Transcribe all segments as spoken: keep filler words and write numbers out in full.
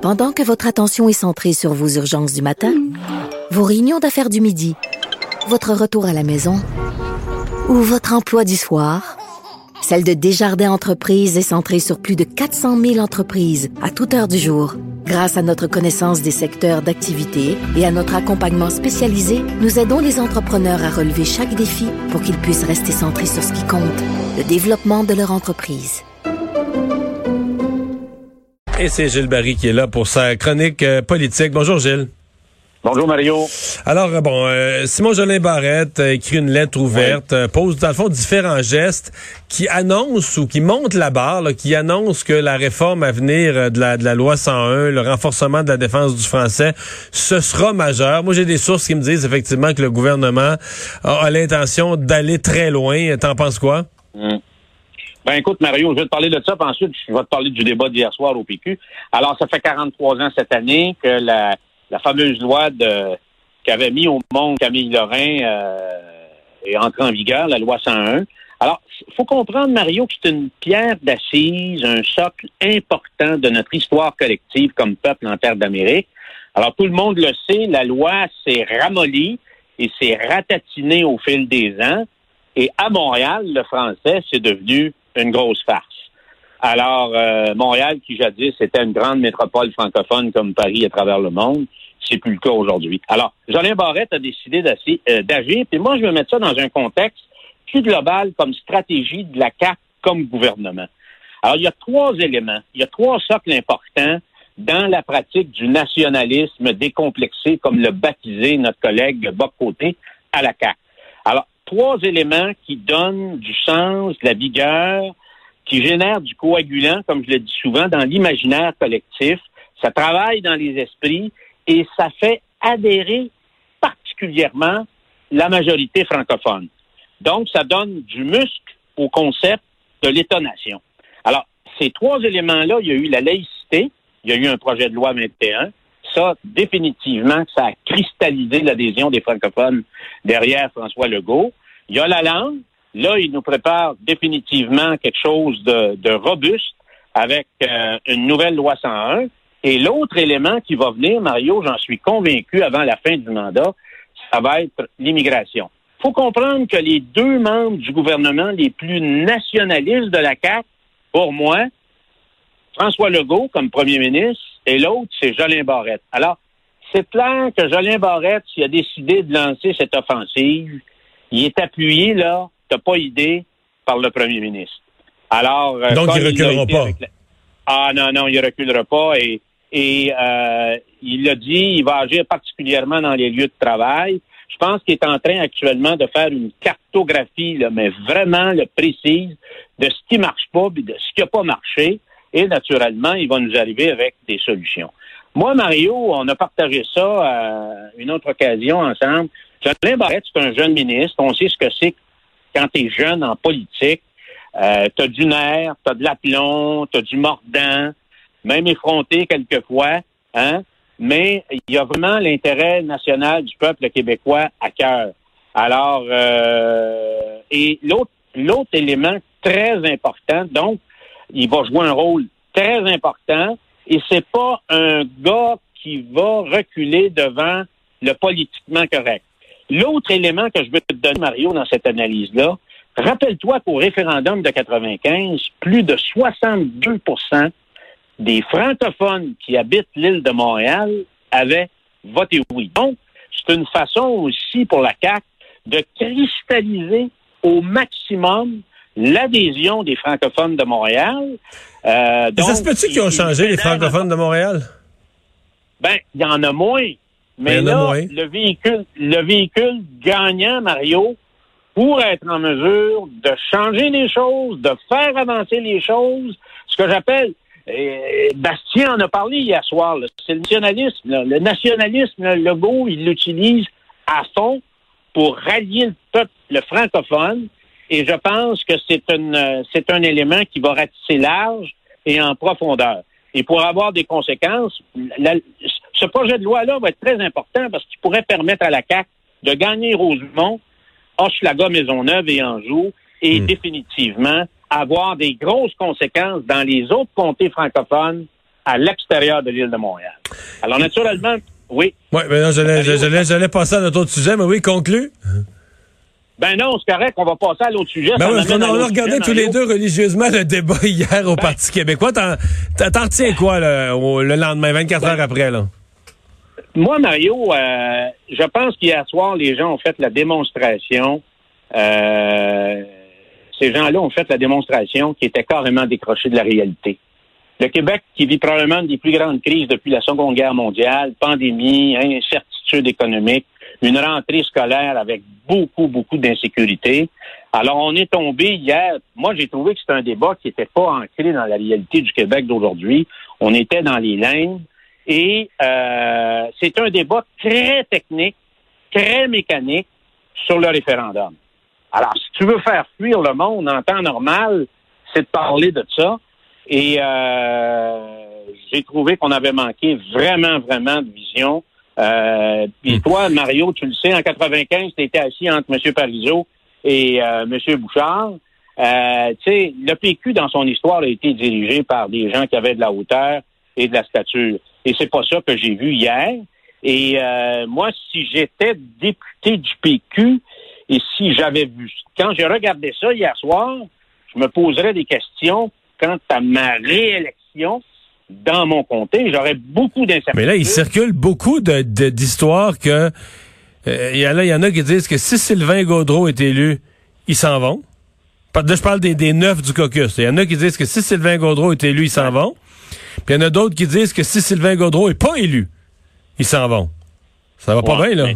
Pendant que votre attention est centrée sur vos urgences du matin, vos réunions d'affaires du midi, votre retour à la maison ou votre emploi du soir, celle de Desjardins Entreprises est centrée sur plus de quatre cent mille entreprises à toute heure du jour. Grâce à notre connaissance des secteurs d'activité et à notre accompagnement spécialisé, nous aidons les entrepreneurs à relever chaque défi pour qu'ils puissent rester centrés sur ce qui compte, le développement de leur entreprise. Et c'est Gilles Barry qui est là pour sa chronique euh, politique. Bonjour Gilles. Bonjour Mario. Alors, bon, euh, Simon Jolin Barrette a écrit une lettre ouverte, oui. euh, pose dans le fond différents gestes qui annoncent ou qui montent la barre, là, qui annoncent que la réforme à venir euh, de, la, de la loi cent un, le renforcement de la défense du français, ce sera majeur. Moi, j'ai des sources qui me disent effectivement que le gouvernement a, a l'intention d'aller très loin. T'en penses quoi? Mmh. Ben écoute, Mario, je vais te parler de ça, puis ensuite, je vais te parler du débat d'hier soir au P Q. Alors, ça fait quarante-trois ans cette année que la... La fameuse loi de, qu'avait mis au monde Camille Lorrain euh, est entrée en vigueur, la loi cent un. Alors, il faut comprendre, Mario, que c'est une pierre d'assise, un socle important de notre histoire collective comme peuple en terre d'Amérique. Alors, tout le monde le sait, la loi s'est ramollie et s'est ratatinée au fil des ans. Et à Montréal, le français, c'est devenu une grosse farce. Alors, euh, Montréal, qui jadis était une grande métropole francophone comme Paris à travers le monde, c'est plus le cas aujourd'hui. Alors, Jolin Barrette a décidé euh, d'agir, puis moi, je vais mettre ça dans un contexte plus global comme stratégie de la C A Q comme gouvernement. Alors, il y a trois éléments, il y a trois socles importants dans la pratique du nationalisme décomplexé, comme l'a baptisé notre collègue Bock-Côté, à la C A Q. Alors, trois éléments qui donnent du sens, de la vigueur, qui génère du coagulant, comme je le dis souvent, dans l'imaginaire collectif. Ça travaille dans les esprits et ça fait adhérer particulièrement la majorité francophone. Donc, ça donne du muscle au concept de l'État-nation. Alors, ces trois éléments-là, il y a eu la laïcité, il y a eu un projet de loi vingt et un. Ça, définitivement, ça a cristallisé l'adhésion des francophones derrière François Legault. Il y a la langue. Là, il nous prépare définitivement quelque chose de, de robuste avec euh, une nouvelle loi cent un. Et l'autre élément qui va venir, Mario, j'en suis convaincu avant la fin du mandat, ça va être l'immigration. Il faut comprendre que les deux membres du gouvernement les plus nationalistes de la C A Q, pour moi, François Legault comme premier ministre, et l'autre, c'est Jolin Barrette. Alors, c'est clair que Jolin Barrette, s'il a décidé de lancer cette offensive, il est appuyé, là, t'as pas idée, par le premier ministre. Alors, donc il reculera pas. La... Ah non, non, il reculera pas et, et euh, il l'a dit, il va agir particulièrement dans les lieux de travail. Je pense qu'il est en train actuellement de faire une cartographie, là, mais vraiment là, précise de ce qui marche pas et de ce qui n'a pas marché. Et naturellement, il va nous arriver avec des solutions. Moi, Mario, on a partagé ça à une autre occasion ensemble. Jolin Barrette, c'est un jeune ministre. On sait ce que c'est quand tu es jeune en politique. Euh, tu as du nerf, tu as de l'aplomb, tu as du mordant, même effronté quelquefois, hein? Mais il y a vraiment l'intérêt national du peuple québécois à cœur. Alors, euh, et l'autre, l'autre élément très important, donc, il va jouer un rôle très important, et c'est pas un gars qui va reculer devant le politiquement correct. L'autre élément que je veux te donner, Mario, dans cette analyse-là, rappelle-toi qu'au référendum de quatre-vingt-quinze, plus de soixante-deux pour cent des francophones qui habitent l'île de Montréal avaient voté oui. Donc, c'est une façon aussi pour la C A Q de cristalliser au maximum l'adhésion des francophones de Montréal. Euh, donc, ça se peut-tu qu'ils ont changé, les francophones de Montréal? Ben, il y en a moins. Mais là, moins. le véhicule, le véhicule gagnant, Mario, pour être en mesure de changer les choses, de faire avancer les choses, ce que j'appelle, euh, Bastien en a parlé hier soir, là, c'est le nationalisme. Là. Le nationalisme, là, Legault, il l'utilise à fond pour rallier le peuple, le francophone, et je pense que c'est, une, c'est un élément qui va ratisser large et en profondeur. Et pour avoir des conséquences, la, ce projet de loi-là va être très important parce qu'il pourrait permettre à la C A Q de gagner Rosemont, Hochelaga, Maisonneuve et Anjou, et mmh. définitivement avoir des grosses conséquences dans les autres comtés francophones à l'extérieur de l'île de Montréal. Alors, naturellement, oui. Oui, mais non, j'allais, j'allais, j'allais passer à notre autre sujet, mais oui, conclu. Ben non, c'est correct, on va passer à l'autre sujet. Ben oui, on a, on a regardé tous les deux religieusement le débat hier au ben, Parti québécois. T'en, t'en retiens quoi là, au, le lendemain, vingt-quatre ben, heures après, là? Moi, Mario, euh, je pense qu'hier soir, les gens ont fait la démonstration. Euh, ces gens-là ont fait la démonstration qui était carrément décrochée de la réalité. Le Québec, qui vit probablement une des plus grandes crises depuis la Seconde Guerre mondiale, pandémie, incertitude économique, une rentrée scolaire avec beaucoup, beaucoup d'insécurité. Alors, on est tombé hier. Moi, j'ai trouvé que c'était un débat qui n'était pas ancré dans la réalité du Québec d'aujourd'hui. On était dans les lignes. Et euh, c'est un débat très technique, très mécanique sur le référendum. Alors, si tu veux faire fuir le monde en temps normal, c'est de parler de ça. Et euh, j'ai trouvé qu'on avait manqué vraiment, vraiment de vision. Euh, puis toi, Mario, tu le sais, en quatre-vingt-quinze, tu étais assis entre M. Parizeau et euh, M. Bouchard. Euh, tu sais, le P Q, dans son histoire, a été dirigé par des gens qui avaient de la hauteur et de la stature. Et c'est pas ça que j'ai vu hier. Et euh, moi, si j'étais député du P Q et si j'avais vu... Quand j'ai regardé ça hier soir, je me poserais des questions quant à ma réélection dans mon comté. J'aurais beaucoup d'incertitudes. Mais là, il circule beaucoup de, de, d'histoires que... Euh, y a, là, il y en a qui disent que si Sylvain Gaudreault est élu, ils s'en vont. Là, je parle des, des neufs du caucus. Il y en a qui disent que si Sylvain Gaudreault est élu, ils s'en vont. Puis il y en a d'autres qui disent que si Sylvain Gaudreault est pas élu, ils s'en vont. Ça va ouais, pas bien, là.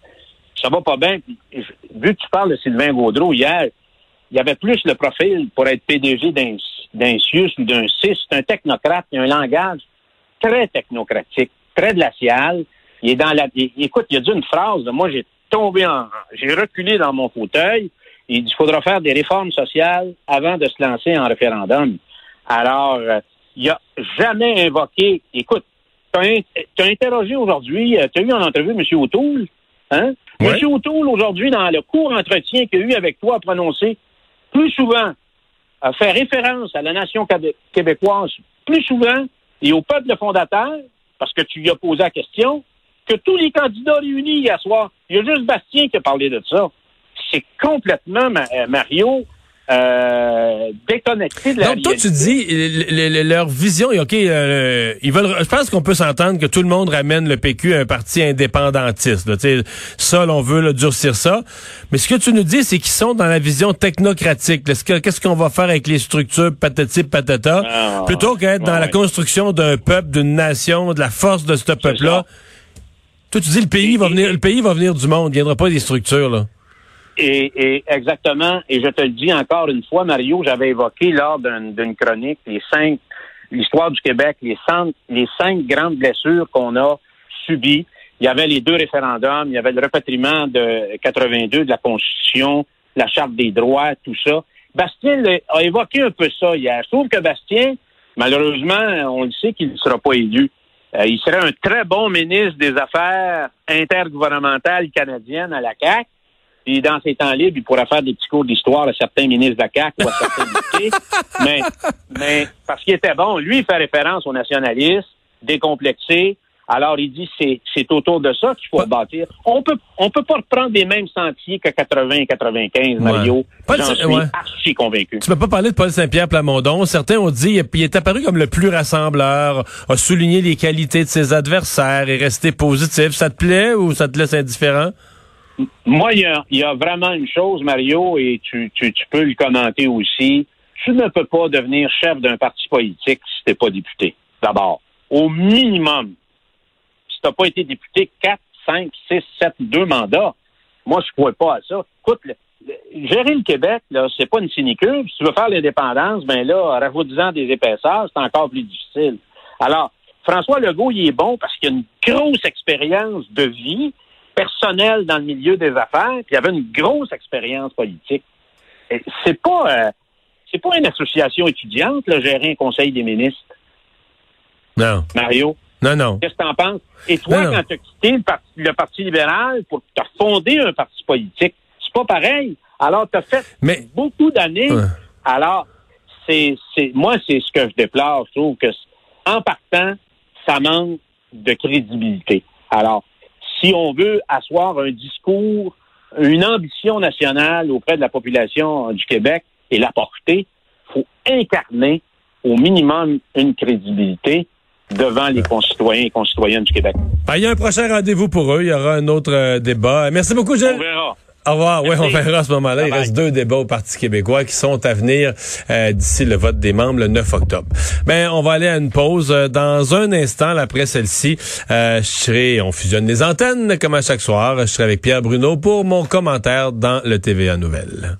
Ça va pas bien. Vu que tu parles de Sylvain Gaudreault hier, il y avait plus le profil pour être P D G d'un, d'un C I U S ou d'un C I S. C'est un technocrate. Il a un langage très technocratique, très glacial. Il est dans la... Il, écoute, il a dit une phrase. Moi, j'ai tombé en... J'ai reculé dans mon fauteuil. Il dit qu'il faudra faire des réformes sociales avant de se lancer en référendum. Alors, euh, il n'a jamais invoqué... Écoute, tu as interrogé aujourd'hui, tu as eu en entrevue M. O'Toole, hein? Ouais. M. O'Toole, aujourd'hui, dans le court entretien qu'il a eu avec toi, a prononcé plus souvent, a fait référence à la nation québécoise plus souvent et au peuple fondateur, parce que tu lui as posé la question, que tous les candidats réunis hier soir. Il y a juste Bastien qui a parlé de ça. C'est complètement, Mario... Euh, déconnecté de la Donc, toi, tu dis, le, le, leur vision, OK, euh, ils veulent, je pense qu'on peut s'entendre que tout le monde ramène le P Q à un parti indépendantiste. Là, ça, là, on veut là, durcir ça. Mais ce que tu nous dis, c'est qu'ils sont dans la vision technocratique. Là, qu'est-ce qu'on va faire avec les structures patati patata, ah, plutôt qu'être ouais, dans ouais. la construction d'un peuple, d'une nation, de la force de ce peuple-là. Toi, tu dis, le pays, et, va venir, et, le pays va venir du monde, il ne viendra pas des structures, là. Et, et exactement, et je te le dis encore une fois, Mario, j'avais évoqué lors d'une, d'une chronique les cinq, l'histoire du Québec, les cinq, les cinq grandes blessures qu'on a subies. Il y avait les deux référendums, il y avait le repatriement de quatre-vingt-deux de la Constitution, la Charte des droits, tout ça. Bastien a évoqué un peu ça hier. Je trouve que Bastien, malheureusement, on le sait qu'il ne sera pas élu. Euh, il serait un très bon ministre des Affaires intergouvernementales canadiennes à la C A Q. Puis dans ses temps libres, il pourrait faire des petits cours d'histoire à certains ministres de la C A Q ou à certains députés. mais, mais parce qu'il était bon, lui, il fait référence aux nationalistes, décomplexés. Alors, il dit c'est c'est autour de ça qu'il faut ouais. bâtir. On peut on peut pas reprendre les mêmes sentiers que quatre-vingts et quatre-vingt-quinze, Mario. Ouais. Paul J'en suis ouais. archi convaincu. Tu peux pas parler de Paul Saint-Pierre Plamondon. Certains ont dit il est apparu comme le plus rassembleur, a souligné les qualités de ses adversaires et resté positif. Ça te plaît ou ça te laisse indifférent? Moi, il y a, il y a vraiment une chose, Mario, et tu, tu, tu peux le commenter aussi. Tu ne peux pas devenir chef d'un parti politique si tu n'es pas député, d'abord. Au minimum. Si tu n'as pas été député quatre, cinq, six, sept, deux mandats, moi, je ne crois pas à ça. Écoute, le, le, gérer le Québec, là, c'est pas une sinecure. Si tu veux faire l'indépendance, ben là, rajoute-en des épaisseurs, c'est encore plus difficile. Alors, François Legault, il est bon parce qu'il a une grosse expérience de vie personnel dans le milieu des affaires, puis il avait une grosse expérience politique. Et c'est pas euh, c'est pas une association étudiante, là, gérer un conseil des ministres. Non. Mario? Non, non. Qu'est-ce que t'en penses? Et toi, non, quand tu as quitté le parti, le Parti libéral pour t'as fondé un parti politique, c'est pas pareil. Alors, tu as fait Mais... beaucoup d'années. Ouais. Alors, c'est, c'est moi, c'est ce que je déplore. Je trouve que en partant, ça manque de crédibilité. Alors, si on veut asseoir un discours, une ambition nationale auprès de la population du Québec et la porter, il faut incarner au minimum une crédibilité devant les concitoyens et concitoyennes du Québec. Ben, il y a un prochain rendez-vous pour eux. Il y aura un autre euh, débat. Merci beaucoup, Gilles. On verra. Au revoir. Oui, on verra à ce moment-là. Bye Il bye. reste deux débats au Parti québécois qui sont à venir euh, d'ici le vote des membres le neuf octobre. Ben, on va aller à une pause. Dans un instant, après celle-ci, euh, je serai, on fusionne les antennes comme à chaque soir. Je serai avec Pierre Bruno pour mon commentaire dans le T V A Nouvelles.